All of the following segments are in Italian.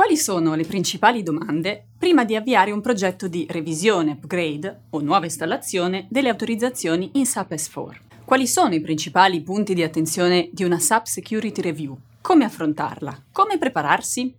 Quali sono le principali domande prima di avviare un progetto di revisione, upgrade o nuova installazione delle autorizzazioni in SAP S/4? Quali sono i principali punti di attenzione di una SAP Security Review? Come affrontarla? Come prepararsi?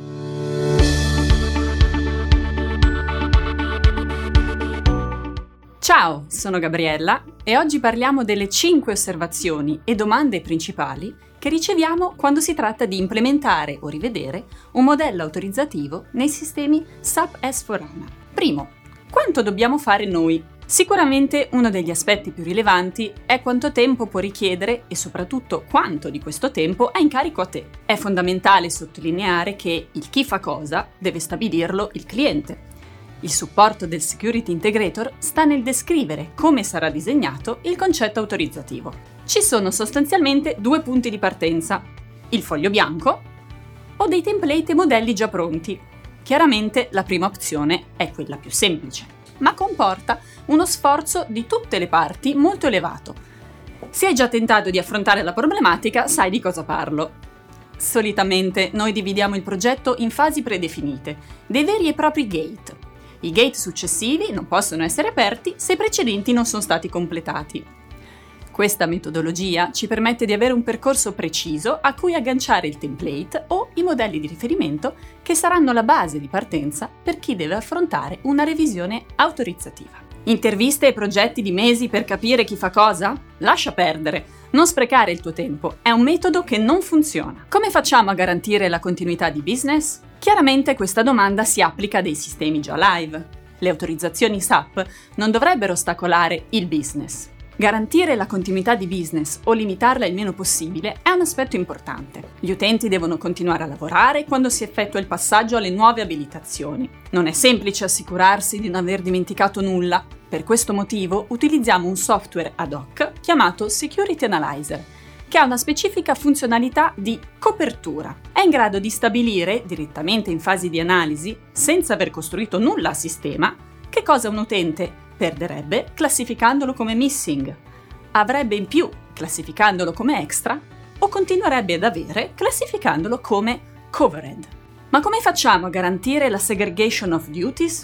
Ciao, sono Gabriella e oggi parliamo delle 5 osservazioni e domande principali che riceviamo quando si tratta di implementare o rivedere un modello autorizzativo nei sistemi SAP S/4HANA. Primo, quanto dobbiamo fare noi? Sicuramente uno degli aspetti più rilevanti è quanto tempo può richiedere e soprattutto quanto di questo tempo è in carico a te. È fondamentale sottolineare che il chi fa cosa deve stabilirlo il cliente. Il supporto del Security Integrator sta nel descrivere come sarà disegnato il concetto autorizzativo. Ci sono sostanzialmente 2 punti di partenza, il foglio bianco o dei template e modelli già pronti. Chiaramente la prima opzione è quella più semplice, ma comporta uno sforzo di tutte le parti molto elevato. Se hai già tentato di affrontare la problematica, sai di cosa parlo. Solitamente noi dividiamo il progetto in fasi predefinite, dei veri e propri gate. I gate successivi non possono essere aperti se i precedenti non sono stati completati. Questa metodologia ci permette di avere un percorso preciso a cui agganciare il template o i modelli di riferimento che saranno la base di partenza per chi deve affrontare una revisione autorizzativa. Interviste e progetti di mesi per capire chi fa cosa? Lascia perdere, non sprecare il tuo tempo, è un metodo che non funziona. Come facciamo a garantire la continuità di business? Chiaramente questa domanda si applica a dei sistemi già live. Le autorizzazioni SAP non dovrebbero ostacolare il business. Garantire la continuità di business o limitarla il meno possibile è un aspetto importante. Gli utenti devono continuare a lavorare quando si effettua il passaggio alle nuove abilitazioni. Non è semplice assicurarsi di non aver dimenticato nulla. Per questo motivo utilizziamo un software ad hoc chiamato Security Analyzer, che ha una specifica funzionalità di copertura. È in grado di stabilire, direttamente in fase di analisi, senza aver costruito nulla a sistema, che cosa un utente perderebbe classificandolo come missing, avrebbe in più classificandolo come extra o continuerebbe ad avere classificandolo come covered. Ma come facciamo a garantire la segregation of duties?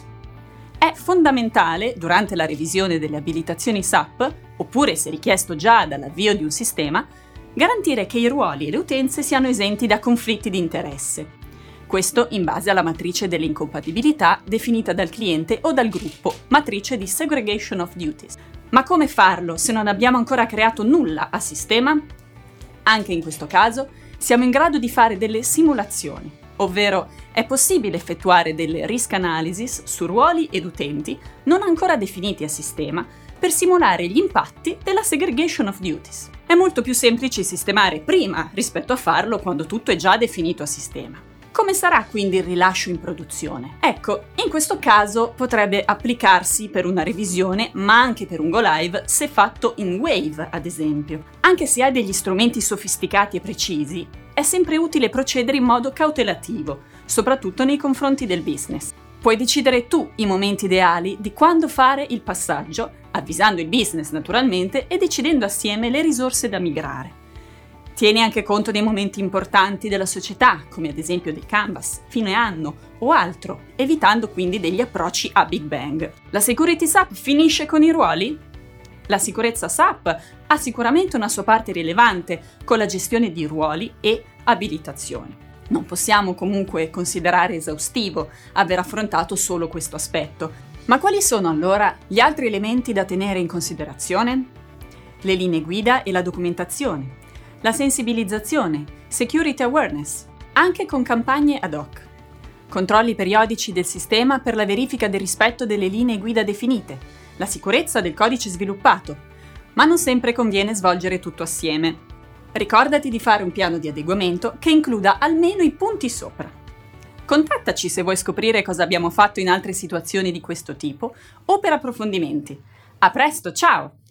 È fondamentale, durante la revisione delle abilitazioni SAP, oppure se richiesto già dall'avvio di un sistema, garantire che i ruoli e le utenze siano esenti da conflitti di interesse. Questo in base alla matrice delle incompatibilità definita dal cliente o dal gruppo, matrice di Segregation of Duties. Ma come farlo se non abbiamo ancora creato nulla a sistema? Anche in questo caso siamo in grado di fare delle simulazioni, ovvero è possibile effettuare delle risk analysis su ruoli ed utenti non ancora definiti a sistema per simulare gli impatti della Segregation of Duties. È molto più semplice sistemare prima rispetto a farlo quando tutto è già definito a sistema. Come sarà quindi il rilascio in produzione? Ecco, in questo caso potrebbe applicarsi per una revisione, ma anche per un go live se fatto in Wave, ad esempio. Anche se hai degli strumenti sofisticati e precisi, è sempre utile procedere in modo cautelativo, soprattutto nei confronti del business. Puoi decidere tu i momenti ideali di quando fare il passaggio, avvisando il business naturalmente e decidendo assieme le risorse da migrare. Tieni anche conto dei momenti importanti della società, come ad esempio dei canvas, fine anno o altro, evitando quindi degli approcci a Big Bang. La Security SAP finisce con i ruoli? La sicurezza SAP ha sicuramente una sua parte rilevante con la gestione di ruoli e abilitazioni. Non possiamo comunque considerare esaustivo aver affrontato solo questo aspetto. Ma quali sono allora gli altri elementi da tenere in considerazione? Le linee guida e la documentazione. La sensibilizzazione, security awareness, anche con campagne ad hoc. Controlli periodici del sistema per la verifica del rispetto delle linee guida definite, la sicurezza del codice sviluppato, ma non sempre conviene svolgere tutto assieme. Ricordati di fare un piano di adeguamento che includa almeno i punti sopra. Contattaci se vuoi scoprire cosa abbiamo fatto in altre situazioni di questo tipo o per approfondimenti. A presto, ciao!